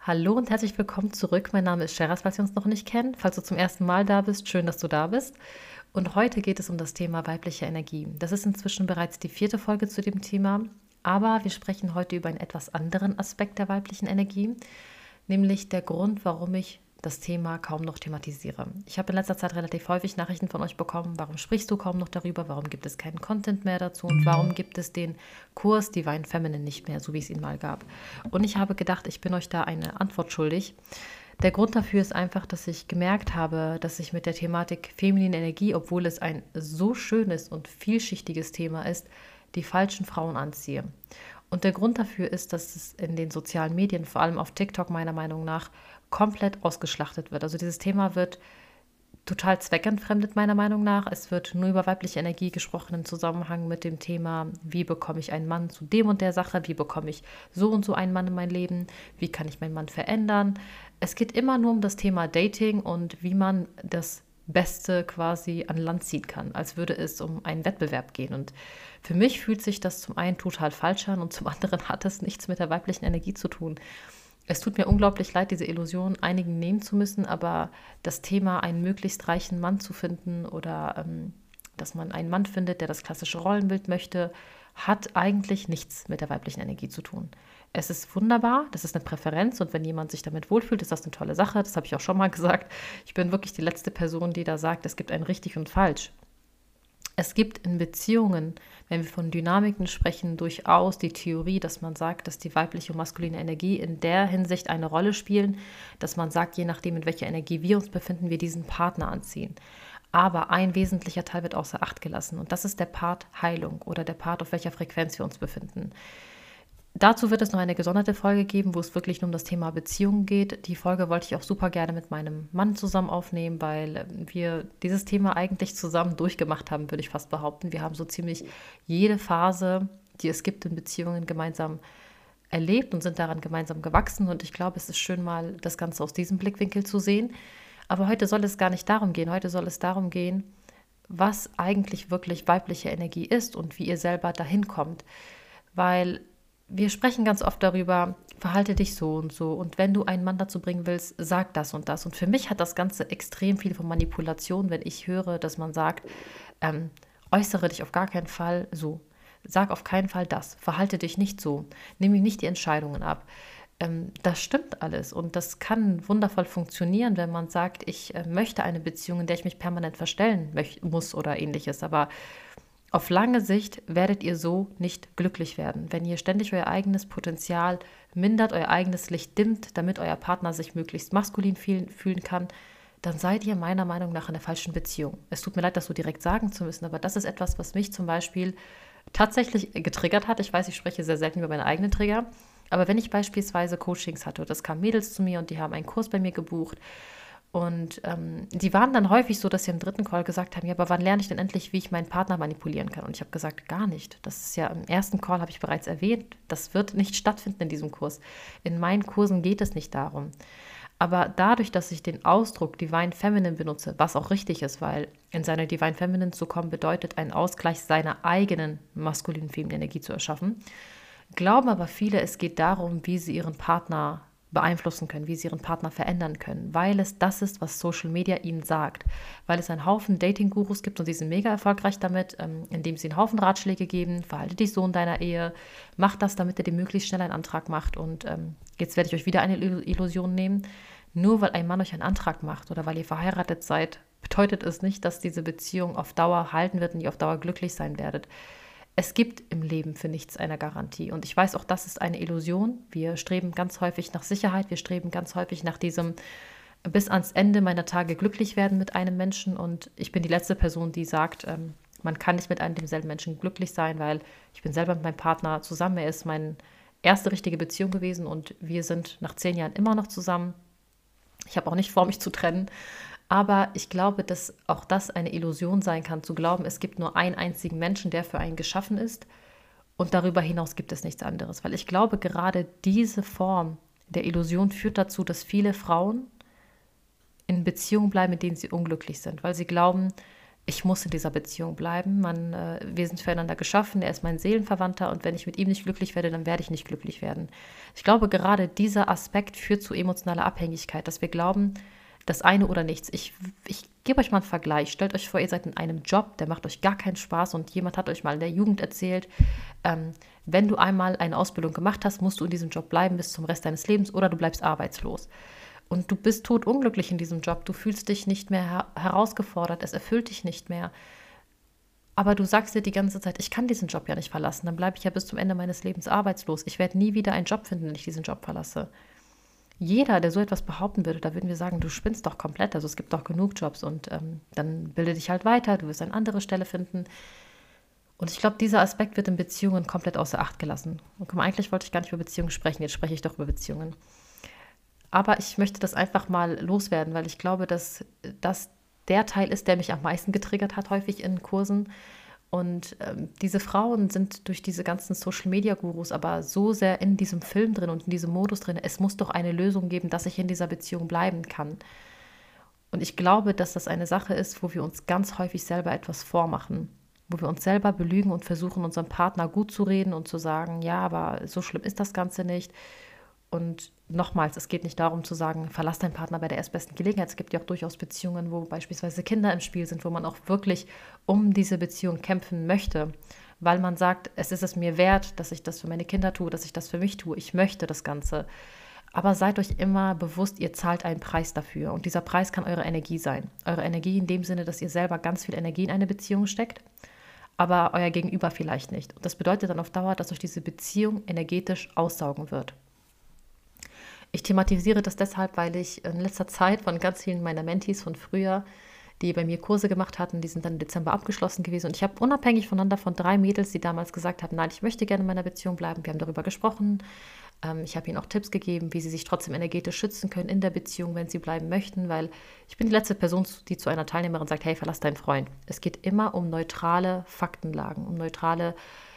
Hallo und herzlich willkommen zurück. Mein Name ist Sheraz, falls wir uns noch nicht kennen. Falls du zum ersten Mal da bist, schön, dass du da bist. Und heute geht es um das Thema weibliche Energie. Das ist inzwischen bereits die 4. Folge zu dem Thema, aber wir sprechen heute über einen etwas anderen Aspekt der weiblichen Energie, nämlich der Grund, warum ich das Thema kaum noch thematisiere. Ich habe in letzter Zeit relativ häufig Nachrichten von euch bekommen, warum sprichst du kaum noch darüber, warum gibt es keinen Content mehr dazu und warum gibt es den Kurs Divine Feminine nicht mehr, so wie es ihn mal gab. Und ich habe gedacht, ich bin euch da eine Antwort schuldig. Der Grund dafür ist einfach, dass ich gemerkt habe, dass ich mit der Thematik feminine Energie, obwohl es ein so schönes und vielschichtiges Thema ist, die falschen Frauen anziehe. Und der Grund dafür ist, dass es in den sozialen Medien, vor allem auf TikTok meiner Meinung nach, komplett ausgeschlachtet wird. Also dieses Thema wird total zweckentfremdet meiner Meinung nach. Es wird nur über weibliche Energie gesprochen im Zusammenhang mit dem Thema, wie bekomme ich einen Mann zu dem und der Sache, wie bekomme ich so und so einen Mann in mein Leben, wie kann ich meinen Mann verändern. Es geht immer nur um das Thema Dating und wie man das Beste quasi an Land ziehen kann, als würde es um einen Wettbewerb gehen. Und für mich fühlt sich das zum einen total falsch an und zum anderen hat es nichts mit der weiblichen Energie zu tun. Es tut mir unglaublich leid, diese Illusion einigen nehmen zu müssen, aber das Thema, einen möglichst reichen Mann zu finden oder dass man einen Mann findet, der das klassische Rollenbild möchte, hat eigentlich nichts mit der weiblichen Energie zu tun. Es ist wunderbar, das ist eine Präferenz und wenn jemand sich damit wohlfühlt, ist das eine tolle Sache. Das habe ich auch schon mal gesagt. Ich bin wirklich die letzte Person, die da sagt, es gibt ein richtig und falsch. Es gibt in Beziehungen, wenn wir von Dynamiken sprechen, durchaus die Theorie, dass man sagt, dass die weibliche und maskuline Energie in der Hinsicht eine Rolle spielen, dass man sagt, je nachdem, in welcher Energie wir uns befinden, wir diesen Partner anziehen. Aber ein wesentlicher Teil wird außer Acht gelassen und das ist der Part Heilung oder der Part, auf welcher Frequenz wir uns befinden. Dazu wird es noch eine gesonderte Folge geben, wo es wirklich nur um das Thema Beziehungen geht. Die Folge wollte ich auch super gerne mit meinem Mann zusammen aufnehmen, weil wir dieses Thema eigentlich zusammen durchgemacht haben, würde ich fast behaupten. Wir haben so ziemlich jede Phase, die es gibt in Beziehungen, gemeinsam erlebt und sind daran gemeinsam gewachsen. Und ich glaube, es ist schön, mal das Ganze aus diesem Blickwinkel zu sehen. Aber heute soll es gar nicht darum gehen. Heute soll es darum gehen, was eigentlich wirklich weibliche Energie ist und wie ihr selber dahin kommt. Weil wir sprechen ganz oft darüber, verhalte dich so und wenn du einen Mann dazu bringen willst, sag das und das. Und für mich hat das Ganze extrem viel von Manipulation, wenn ich höre, dass man sagt, äußere dich auf gar keinen Fall so, sag auf keinen Fall das, verhalte dich nicht so, nimm ihm nicht die Entscheidungen ab. Das stimmt alles und das kann wundervoll funktionieren, wenn man sagt, ich möchte eine Beziehung, in der ich mich permanent verstellen muss oder ähnliches, aber auf lange Sicht werdet ihr so nicht glücklich werden, wenn ihr ständig euer eigenes Potenzial mindert, euer eigenes Licht dimmt, damit euer Partner sich möglichst maskulin fühlen kann, dann seid ihr meiner Meinung nach in der falschen Beziehung. Es tut mir leid, das so direkt sagen zu müssen, aber das ist etwas, was mich zum Beispiel tatsächlich getriggert hat. Ich weiß, ich spreche sehr selten über meine eigenen Trigger, aber wenn ich beispielsweise Coachings hatte, das kamen Mädels zu mir und die haben einen Kurs bei mir gebucht, und die waren dann häufig so, dass sie im 3. Call gesagt haben, ja, aber wann lerne ich denn endlich, wie ich meinen Partner manipulieren kann? Und ich habe gesagt, gar nicht. Das ist ja im 1. Call, habe ich bereits erwähnt, das wird nicht stattfinden in diesem Kurs. In meinen Kursen geht es nicht darum. Aber dadurch, dass ich den Ausdruck Divine Feminine benutze, was auch richtig ist, weil in seine Divine Feminine zu kommen, bedeutet, einen Ausgleich seiner eigenen maskulinen femininen Energie zu erschaffen, glauben aber viele, es geht darum, wie sie ihren Partner beeinflussen können, wie sie ihren Partner verändern können, weil es das ist, was Social Media ihnen sagt, weil es einen Haufen Dating-Gurus gibt und sie sind mega erfolgreich damit, indem sie einen Haufen Ratschläge geben, verhalte dich so in deiner Ehe, mach das, damit er dir möglichst schnell einen Antrag macht und jetzt werde ich euch wieder eine Illusion nehmen, nur weil ein Mann euch einen Antrag macht oder weil ihr verheiratet seid, bedeutet es nicht, dass diese Beziehung auf Dauer halten wird und ihr auf Dauer glücklich sein werdet. Es gibt im Leben für nichts eine Garantie. Und ich weiß auch, das ist eine Illusion. Wir streben ganz häufig nach Sicherheit. Wir streben ganz häufig nach diesem bis ans Ende meiner Tage glücklich werden mit einem Menschen. Und ich bin die letzte Person, die sagt, man kann nicht mit einem demselben Menschen glücklich sein, weil ich bin selber mit meinem Partner zusammen. Er ist meine erste richtige Beziehung gewesen und wir sind nach 10 Jahren immer noch zusammen. Ich habe auch nicht vor, mich zu trennen. Aber ich glaube, dass auch das eine Illusion sein kann, zu glauben, es gibt nur einen einzigen Menschen, der für einen geschaffen ist und darüber hinaus gibt es nichts anderes. Weil ich glaube, gerade diese Form der Illusion führt dazu, dass viele Frauen in Beziehungen bleiben, in denen sie unglücklich sind, weil sie glauben, ich muss in dieser Beziehung bleiben. Wir sind füreinander geschaffen, er ist mein Seelenverwandter und wenn ich mit ihm nicht glücklich werde, dann werde ich nicht glücklich werden. Ich glaube, gerade dieser Aspekt führt zu emotionaler Abhängigkeit, dass wir glauben, das eine oder nichts. Ich gebe euch mal einen Vergleich. Stellt euch vor, ihr seid in einem Job, der macht euch gar keinen Spaß und jemand hat euch mal in der Jugend erzählt, wenn du einmal eine Ausbildung gemacht hast, musst du in diesem Job bleiben bis zum Rest deines Lebens oder du bleibst arbeitslos. Und du bist totunglücklich in diesem Job, du fühlst dich nicht mehr herausgefordert, es erfüllt dich nicht mehr. Aber du sagst dir die ganze Zeit, ich kann diesen Job ja nicht verlassen, dann bleibe ich ja bis zum Ende meines Lebens arbeitslos. Ich werde nie wieder einen Job finden, wenn ich diesen Job verlasse. Jeder, der so etwas behaupten würde, da würden wir sagen, du spinnst doch komplett. Also es gibt doch genug Jobs und dann bilde dich halt weiter, du wirst eine andere Stelle finden. Und ich glaube, dieser Aspekt wird in Beziehungen komplett außer Acht gelassen. Und guck mal, eigentlich wollte ich gar nicht über Beziehungen sprechen, jetzt spreche ich doch über Beziehungen. Aber ich möchte das einfach mal loswerden, weil ich glaube, dass das der Teil ist, der mich am meisten getriggert hat, häufig in Kursen. Und diese Frauen sind durch diese ganzen Social-Media-Gurus aber so sehr in diesem Film drin und in diesem Modus drin, es muss doch eine Lösung geben, dass ich in dieser Beziehung bleiben kann. Und ich glaube, dass das eine Sache ist, wo wir uns ganz häufig selber etwas vormachen, wo wir uns selber belügen und versuchen, unserem Partner gut zu reden und zu sagen, ja, aber so schlimm ist das Ganze nicht. Und nochmals, es geht nicht darum zu sagen, verlass deinen Partner bei der erstbesten Gelegenheit. Es gibt ja auch durchaus Beziehungen, wo beispielsweise Kinder im Spiel sind, wo man auch wirklich um diese Beziehung kämpfen möchte, weil man sagt, es ist es mir wert, dass ich das für meine Kinder tue, dass ich das für mich tue. Ich möchte das Ganze. Aber seid euch immer bewusst, ihr zahlt einen Preis dafür. Und dieser Preis kann eure Energie sein. Eure Energie in dem Sinne, dass ihr selber ganz viel Energie in eine Beziehung steckt, aber euer Gegenüber vielleicht nicht. Und das bedeutet dann auf Dauer, dass euch diese Beziehung energetisch aussaugen wird. Ich thematisiere das deshalb, weil ich in letzter Zeit von ganz vielen meiner Mentees von früher, die bei mir Kurse gemacht hatten, die sind dann im Dezember abgeschlossen gewesen. Und ich habe unabhängig voneinander von 3 Mädels, die damals gesagt haben, nein, ich möchte gerne in meiner Beziehung bleiben. Wir haben darüber gesprochen. Ich habe ihnen auch Tipps gegeben, wie sie sich trotzdem energetisch schützen können in der Beziehung, wenn sie bleiben möchten, weil ich bin die letzte Person, die zu einer Teilnehmerin sagt, hey, verlass deinen Freund. Es geht immer um neutrale Faktenlagen, um neutrale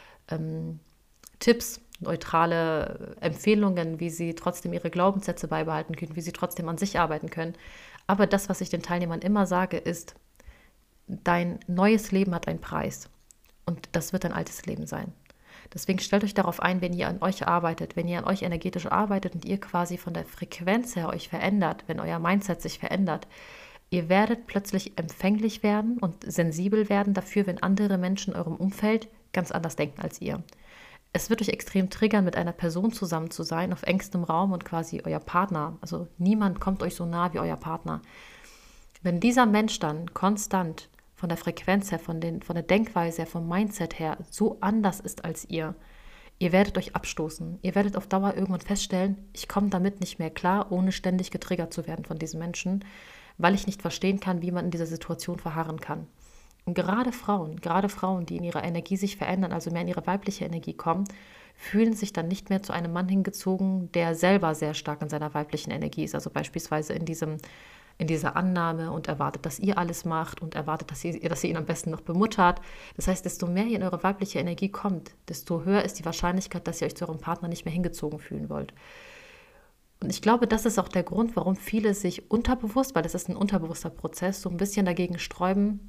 Tipps, neutrale Empfehlungen, wie sie trotzdem ihre Glaubenssätze beibehalten können, wie sie trotzdem an sich arbeiten können. Aber das, was ich den Teilnehmern immer sage, ist, dein neues Leben hat einen Preis und das wird dein altes Leben sein. Deswegen stellt euch darauf ein, wenn ihr an euch arbeitet, wenn ihr an euch energetisch arbeitet und ihr quasi von der Frequenz her euch verändert, wenn euer Mindset sich verändert, ihr werdet plötzlich empfänglich werden und sensibel werden dafür, wenn andere Menschen in eurem Umfeld ganz anders denken als ihr. Es wird euch extrem triggern, mit einer Person zusammen zu sein, auf engstem Raum und quasi euer Partner. Also niemand kommt euch so nah wie euer Partner. Wenn dieser Mensch dann konstant von der Frequenz her, von der Denkweise her, vom Mindset her so anders ist als ihr werdet euch abstoßen. Ihr werdet auf Dauer irgendwann feststellen, ich komme damit nicht mehr klar, ohne ständig getriggert zu werden von diesem Menschen, weil ich nicht verstehen kann, wie man in dieser Situation verharren kann. Und gerade Frauen, die in ihrer Energie sich verändern, also mehr in ihre weibliche Energie kommen, fühlen sich dann nicht mehr zu einem Mann hingezogen, der selber sehr stark in seiner weiblichen Energie ist. Also beispielsweise in dieser Annahme und erwartet, dass ihr alles macht und erwartet, dass ihr ihn am besten noch bemuttert. Das heißt, desto mehr ihr in eure weibliche Energie kommt, desto höher ist die Wahrscheinlichkeit, dass ihr euch zu eurem Partner nicht mehr hingezogen fühlen wollt. Und ich glaube, das ist auch der Grund, warum viele sich unterbewusst, weil das ist ein unterbewusster Prozess, so ein bisschen dagegen sträuben,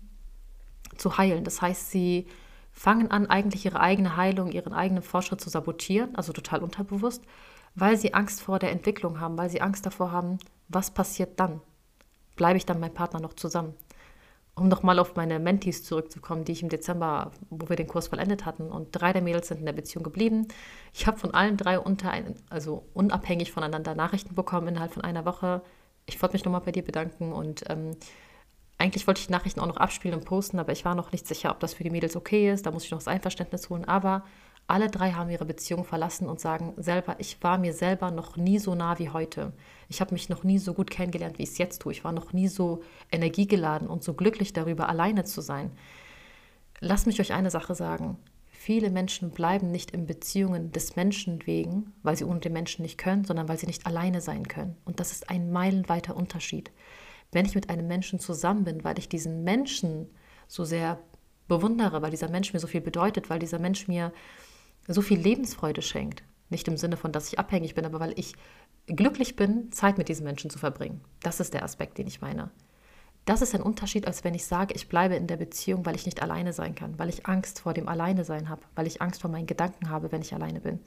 zu heilen. Das heißt, sie fangen an, eigentlich ihre eigene Heilung, ihren eigenen Fortschritt zu sabotieren, also total unterbewusst, weil sie Angst vor der Entwicklung haben, weil sie Angst davor haben, was passiert dann? Bleibe ich dann mit meinem Partner noch zusammen? Um nochmal auf meine Mentees zurückzukommen, die ich im Dezember, wo wir den Kurs vollendet hatten, und 3 der Mädels sind in der Beziehung geblieben. Ich habe von allen 3 also unabhängig voneinander Nachrichten bekommen innerhalb von einer Woche. Ich wollte mich nochmal bei dir bedanken und eigentlich wollte ich die Nachrichten auch noch abspielen und posten, aber ich war noch nicht sicher, ob das für die Mädels okay ist. Da muss ich noch das Einverständnis holen. Aber alle 3 haben ihre Beziehung verlassen und sagen selber, ich war mir selber noch nie so nah wie heute. Ich habe mich noch nie so gut kennengelernt, wie ich es jetzt tue. Ich war noch nie so energiegeladen und so glücklich darüber, alleine zu sein. Lasst mich euch eine Sache sagen. Viele Menschen bleiben nicht in Beziehungen des Menschen wegen, weil sie ohne den Menschen nicht können, sondern weil sie nicht alleine sein können. Und das ist ein meilenweiter Unterschied. Wenn ich mit einem Menschen zusammen bin, weil ich diesen Menschen so sehr bewundere, weil dieser Mensch mir so viel bedeutet, weil dieser Mensch mir so viel Lebensfreude schenkt. Nicht im Sinne von, dass ich abhängig bin, aber weil ich glücklich bin, Zeit mit diesen Menschen zu verbringen. Das ist der Aspekt, den ich meine. Das ist ein Unterschied, als wenn ich sage, ich bleibe in der Beziehung, weil ich nicht alleine sein kann, weil ich Angst vor dem Alleine-Sein habe, weil ich Angst vor meinen Gedanken habe, wenn ich alleine bin.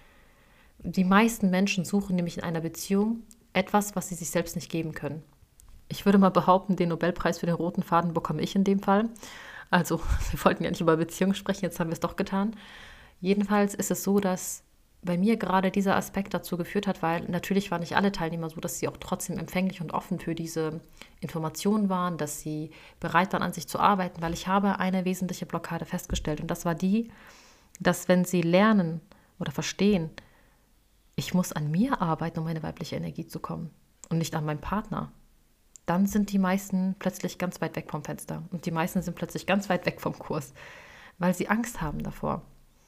Die meisten Menschen suchen nämlich in einer Beziehung etwas, was sie sich selbst nicht geben können. Ich würde mal behaupten, den Nobelpreis für den roten Faden bekomme ich in dem Fall. Also, wir wollten ja nicht über Beziehungen sprechen, jetzt haben wir es doch getan. Jedenfalls ist es so, dass bei mir gerade dieser Aspekt dazu geführt hat, weil natürlich waren nicht alle Teilnehmer so, dass sie auch trotzdem empfänglich und offen für diese Informationen waren, dass sie bereit waren, an sich zu arbeiten, weil ich habe eine wesentliche Blockade festgestellt und das war die, dass wenn sie lernen oder verstehen, ich muss an mir arbeiten, um meine weibliche Energie zu kommen und nicht an meinem Partner, dann sind die meisten plötzlich ganz weit weg vom Fenster und die meisten sind plötzlich ganz weit weg vom Kurs, weil sie Angst haben davor.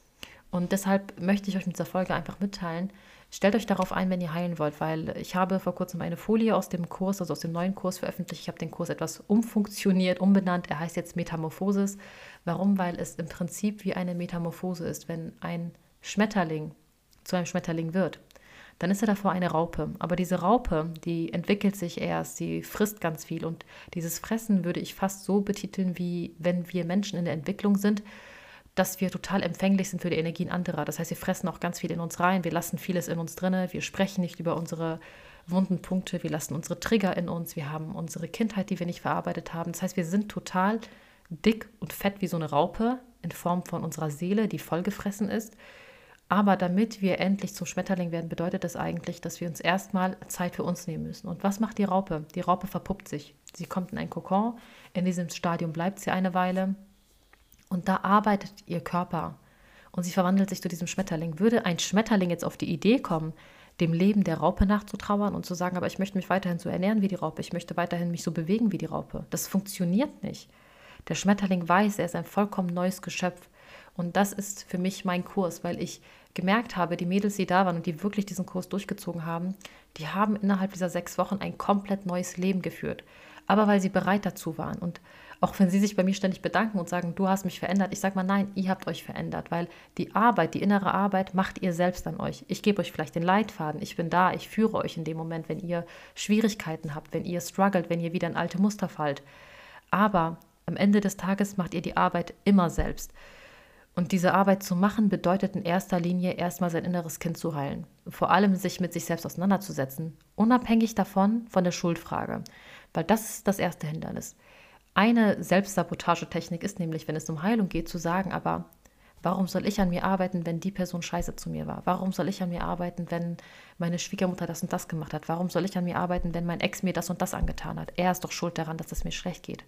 Und deshalb möchte ich euch mit dieser Folge einfach mitteilen, stellt euch darauf ein, wenn ihr heilen wollt, weil ich habe vor kurzem eine Folie aus dem Kurs, also aus dem neuen Kurs veröffentlicht. Ich habe den Kurs etwas umfunktioniert, umbenannt. Er heißt jetzt Metamorphosis. Warum? Weil es im Prinzip wie eine Metamorphose ist. Wenn ein Schmetterling zu einem Schmetterling wird, dann ist er davor eine Raupe. Aber diese Raupe, die entwickelt sich erst, sie frisst ganz viel. Und dieses Fressen würde ich fast so betiteln, wie wenn wir Menschen in der Entwicklung sind, dass wir total empfänglich sind für die Energien anderer. Das heißt, wir fressen auch ganz viel in uns rein, wir lassen vieles in uns drin, wir sprechen nicht über unsere wunden Punkte, wir lassen unsere Trigger in uns, wir haben unsere Kindheit, die wir nicht verarbeitet haben. Das heißt, wir sind total dick und fett wie so eine Raupe in Form von unserer Seele, die vollgefressen ist. Aber damit wir endlich zum Schmetterling werden, bedeutet das eigentlich, dass wir uns erstmal Zeit für uns nehmen müssen. Und was macht die Raupe? Die Raupe verpuppt sich. Sie kommt in ein Kokon, in diesem Stadium bleibt sie eine Weile und da arbeitet ihr Körper und sie verwandelt sich zu diesem Schmetterling. Würde ein Schmetterling jetzt auf die Idee kommen, dem Leben der Raupe nachzutrauern und zu sagen, aber ich möchte mich weiterhin so ernähren wie die Raupe, ich möchte weiterhin mich so bewegen wie die Raupe. Das funktioniert nicht. Der Schmetterling weiß, er ist ein vollkommen neues Geschöpf. Und das ist für mich mein Kurs, weil ich gemerkt habe, die Mädels, die da waren und die wirklich diesen Kurs durchgezogen haben, die haben innerhalb dieser 6 Wochen ein komplett neues Leben geführt. Aber weil sie bereit dazu waren. Und auch wenn sie sich bei mir ständig bedanken und sagen, du hast mich verändert, ich sage mal, nein, ihr habt euch verändert, weil die Arbeit, die innere Arbeit macht ihr selbst an euch. Ich gebe euch vielleicht den Leitfaden, ich bin da, ich führe euch in dem Moment, wenn ihr Schwierigkeiten habt, wenn ihr struggelt, wenn ihr wieder in alte Muster fallt. Aber am Ende des Tages macht ihr die Arbeit immer selbst. Und diese Arbeit zu machen, bedeutet in erster Linie erstmal sein inneres Kind zu heilen. Vor allem sich mit sich selbst auseinanderzusetzen, unabhängig davon von der Schuldfrage. Weil das ist das erste Hindernis. Eine Selbstsabotagetechnik ist nämlich, wenn es um Heilung geht, zu sagen, aber warum soll ich an mir arbeiten, wenn die Person scheiße zu mir war? Warum soll ich an mir arbeiten, wenn meine Schwiegermutter das und das gemacht hat? Warum soll ich an mir arbeiten, wenn mein Ex mir das und das angetan hat? Er ist doch schuld daran, dass es mir schlecht geht.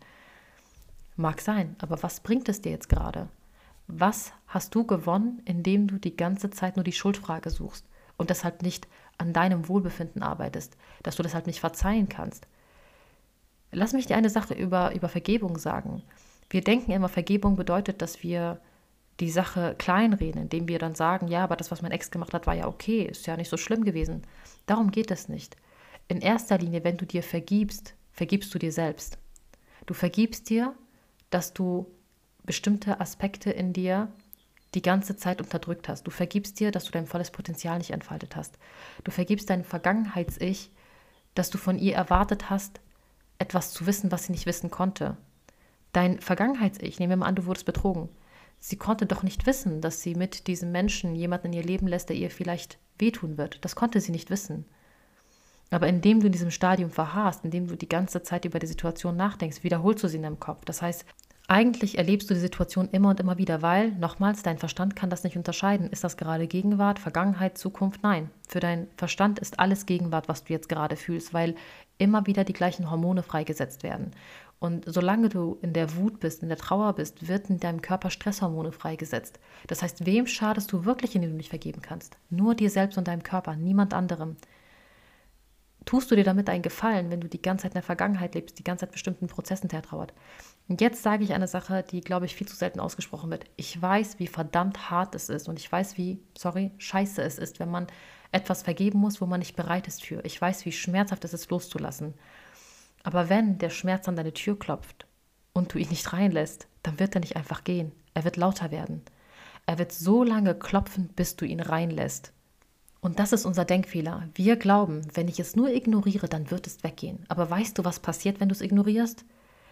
Mag sein, aber was bringt es dir jetzt gerade? Was hast du gewonnen, indem du die ganze Zeit nur die Schuldfrage suchst und deshalb nicht an deinem Wohlbefinden arbeitest, dass du deshalb nicht verzeihen kannst? Lass mich dir eine Sache über Vergebung sagen. Wir denken immer, Vergebung bedeutet, dass wir die Sache kleinreden, indem wir dann sagen, ja, aber das, was mein Ex gemacht hat, war ja okay, ist ja nicht so schlimm gewesen. Darum geht es nicht. In erster Linie, wenn du dir vergibst, vergibst du dir selbst. Du vergibst dir, dass du bestimmte Aspekte in dir die ganze Zeit unterdrückt hast. Du vergibst dir, dass du dein volles Potenzial nicht entfaltet hast. Du vergibst deinem Vergangenheits-Ich, dass du von ihr erwartet hast, etwas zu wissen, was sie nicht wissen konnte. Dein Vergangenheits-Ich, nehmen wir mal an, du wurdest betrogen. Sie konnte doch nicht wissen, dass sie mit diesem Menschen jemanden in ihr Leben lässt, der ihr vielleicht wehtun wird. Das konnte sie nicht wissen. Aber indem du in diesem Stadium verharrst, indem du die ganze Zeit über die Situation nachdenkst, wiederholst du sie in deinem Kopf. Das heißt, eigentlich erlebst du die Situation immer und immer wieder, weil, nochmals, dein Verstand kann das nicht unterscheiden. Ist das gerade Gegenwart, Vergangenheit, Zukunft? Nein. Für deinen Verstand ist alles Gegenwart, was du jetzt gerade fühlst, weil immer wieder die gleichen Hormone freigesetzt werden. Und solange du in der Wut bist, in der Trauer bist, wird in deinem Körper Stresshormone freigesetzt. Das heißt, wem schadest du wirklich, indem du nicht vergeben kannst? Nur dir selbst und deinem Körper, niemand anderem. Tust du dir damit einen Gefallen, wenn du die ganze Zeit in der Vergangenheit lebst, die ganze Zeit bestimmten Prozessen trauert? Und jetzt sage ich eine Sache, die, glaube ich, viel zu selten ausgesprochen wird. Ich weiß, wie verdammt hart es ist und ich weiß, wie, scheiße es ist, wenn man etwas vergeben muss, wo man nicht bereit ist für. Ich weiß, wie schmerzhaft es ist, loszulassen. Aber wenn der Schmerz an deine Tür klopft und du ihn nicht reinlässt, dann wird er nicht einfach gehen. Er wird lauter werden. Er wird so lange klopfen, bis du ihn reinlässt. Und das ist unser Denkfehler. Wir glauben, wenn ich es nur ignoriere, dann wird es weggehen. Aber weißt du, was passiert, wenn du es ignorierst?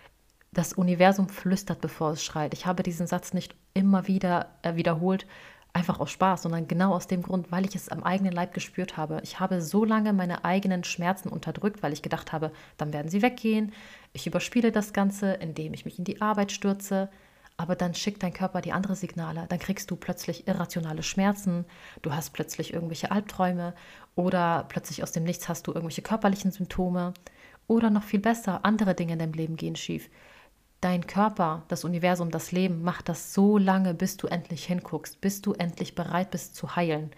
Das Universum flüstert, bevor es schreit. Ich habe diesen Satz nicht immer wieder wiederholt, einfach aus Spaß, sondern genau aus dem Grund, weil ich es am eigenen Leib gespürt habe. Ich habe so lange meine eigenen Schmerzen unterdrückt, weil ich gedacht habe, dann werden sie weggehen. Ich überspiele das Ganze, indem ich mich in die Arbeit stürze. Aber dann schickt dein Körper die andere Signale. Dann kriegst du plötzlich irrationale Schmerzen, du hast plötzlich irgendwelche Albträume oder plötzlich aus dem Nichts hast du irgendwelche körperlichen Symptome. Oder noch viel besser, andere Dinge in deinem Leben gehen schief. Dein Körper, das Universum, das Leben macht das so lange, bis du endlich hinguckst, bis du endlich bereit bist zu heilen.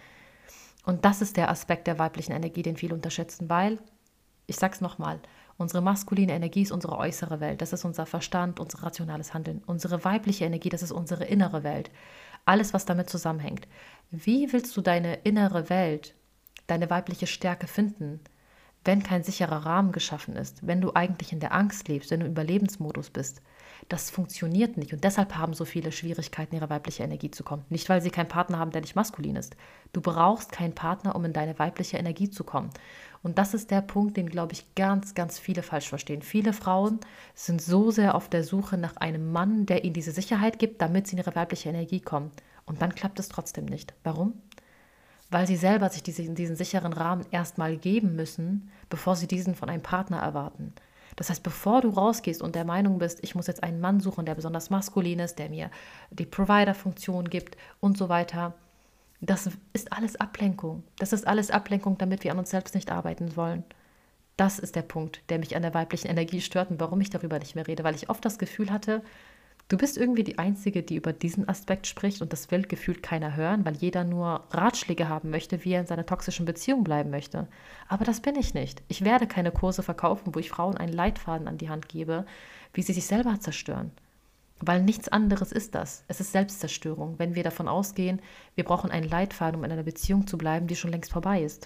Und das ist der Aspekt der weiblichen Energie, den viele unterschätzen, weil, ich sag's nochmal, unsere maskuline Energie ist unsere äußere Welt, das ist unser Verstand, unser rationales Handeln. Unsere weibliche Energie, das ist unsere innere Welt. Alles, was damit zusammenhängt. Wie willst du deine innere Welt, deine weibliche Stärke finden, wenn kein sicherer Rahmen geschaffen ist, wenn du eigentlich in der Angst lebst, wenn du im Überlebensmodus bist? Das funktioniert nicht und deshalb haben so viele Schwierigkeiten, in ihre weibliche Energie zu kommen. Nicht, weil sie keinen Partner haben, der nicht maskulin ist. Du brauchst keinen Partner, um in deine weibliche Energie zu kommen. Und das ist der Punkt, den, glaube ich, ganz, ganz viele falsch verstehen. Viele Frauen sind so sehr auf der Suche nach einem Mann, der ihnen diese Sicherheit gibt, damit sie in ihre weibliche Energie kommen. Und dann klappt es trotzdem nicht. Warum? Weil sie selber sich diesen sicheren Rahmen erstmal geben müssen, bevor sie diesen von einem Partner erwarten. Das heißt, bevor du rausgehst und der Meinung bist, ich muss jetzt einen Mann suchen, der besonders maskulin ist, der mir die Provider-Funktion gibt und so weiter, das ist alles Ablenkung. Das ist alles Ablenkung, damit wir an uns selbst nicht arbeiten wollen. Das ist der Punkt, der mich an der weiblichen Energie stört und warum ich darüber nicht mehr rede, weil ich oft das Gefühl hatte, du bist irgendwie die Einzige, die über diesen Aspekt spricht und das will gefühlt keiner hören, weil jeder nur Ratschläge haben möchte, wie er in seiner toxischen Beziehung bleiben möchte. Aber das bin ich nicht. Ich werde keine Kurse verkaufen, wo ich Frauen einen Leitfaden an die Hand gebe, wie sie sich selber zerstören. Weil nichts anderes ist das. Es ist Selbstzerstörung, wenn wir davon ausgehen, wir brauchen einen Leitfaden, um in einer Beziehung zu bleiben, die schon längst vorbei ist.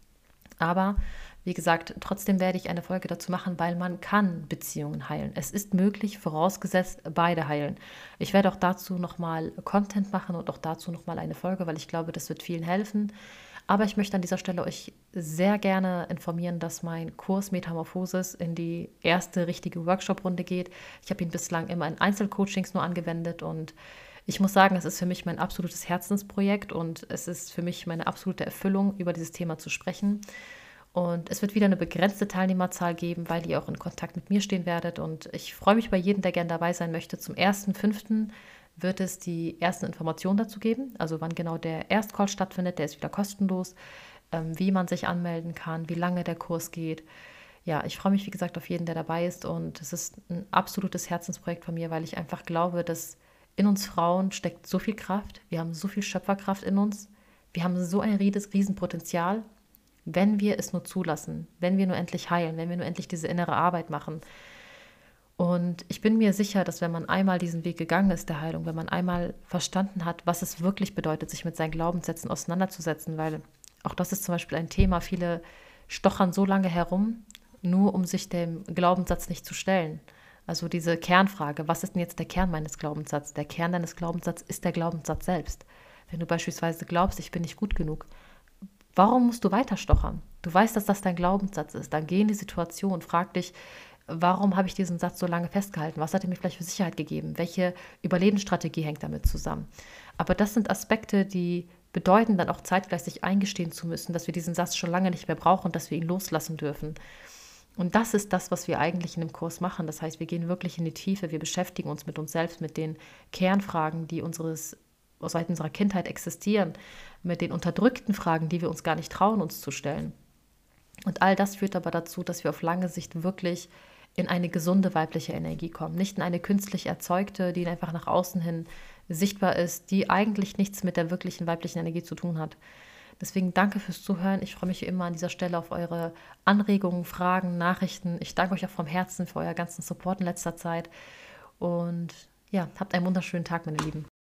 Aber wie gesagt, trotzdem werde ich eine Folge dazu machen, weil man kann Beziehungen heilen. Es ist möglich, vorausgesetzt beide heilen. Ich werde auch dazu nochmal Content machen und auch dazu nochmal eine Folge, weil ich glaube, das wird vielen helfen. Aber ich möchte an dieser Stelle euch sehr gerne informieren, dass mein Kurs Metamorphosis in die erste richtige Workshop-Runde geht. Ich habe ihn bislang immer in Einzelcoachings nur angewendet und ich muss sagen, es ist für mich mein absolutes Herzensprojekt und es ist für mich meine absolute Erfüllung, über dieses Thema zu sprechen. Und es wird wieder eine begrenzte Teilnehmerzahl geben, weil ihr auch in Kontakt mit mir stehen werdet. Und ich freue mich über jeden, der gerne dabei sein möchte. Zum 1.5. wird es die ersten Informationen dazu geben. Also wann genau der Erstcall stattfindet, der ist wieder kostenlos. Wie man sich anmelden kann, wie lange der Kurs geht. Ja, ich freue mich, wie gesagt, auf jeden, der dabei ist. Und es ist ein absolutes Herzensprojekt von mir, weil ich einfach glaube, dass in uns Frauen steckt so viel Kraft. Wir haben so viel Schöpferkraft in uns. Wir haben so ein Riesenpotenzial, wenn wir es nur zulassen, wenn wir nur endlich heilen, wenn wir nur endlich diese innere Arbeit machen. Und ich bin mir sicher, dass wenn man einmal diesen Weg gegangen ist der Heilung, wenn man einmal verstanden hat, was es wirklich bedeutet, sich mit seinen Glaubenssätzen auseinanderzusetzen, weil auch das ist zum Beispiel ein Thema, viele stochern so lange herum, nur um sich dem Glaubenssatz nicht zu stellen. Also diese Kernfrage, was ist denn jetzt der Kern meines Glaubenssatzes? Der Kern deines Glaubenssatzes ist der Glaubenssatz selbst. Wenn du beispielsweise glaubst, ich bin nicht gut genug, warum musst du weiter stochern? Du weißt, dass das dein Glaubenssatz ist. Dann geh in die Situation und frag dich, warum habe ich diesen Satz so lange festgehalten? Was hat er mir vielleicht für Sicherheit gegeben? Welche Überlebensstrategie hängt damit zusammen? Aber das sind Aspekte, die bedeuten dann auch zeitgleich sich eingestehen zu müssen, dass wir diesen Satz schon lange nicht mehr brauchen und dass wir ihn loslassen dürfen. Und das ist das, was wir eigentlich in dem Kurs machen. Das heißt, wir gehen wirklich in die Tiefe, wir beschäftigen uns mit uns selbst, mit den Kernfragen, die seit unserer Kindheit existieren, mit den unterdrückten Fragen, die wir uns gar nicht trauen, uns zu stellen. Und all das führt aber dazu, dass wir auf lange Sicht wirklich in eine gesunde weibliche Energie kommen. Nicht in eine künstlich erzeugte, die einfach nach außen hin sichtbar ist, die eigentlich nichts mit der wirklichen weiblichen Energie zu tun hat. Deswegen danke fürs Zuhören. Ich freue mich wie immer an dieser Stelle auf eure Anregungen, Fragen, Nachrichten. Ich danke euch auch vom Herzen für euer ganzen Support in letzter Zeit. Und ja, habt einen wunderschönen Tag, meine Lieben.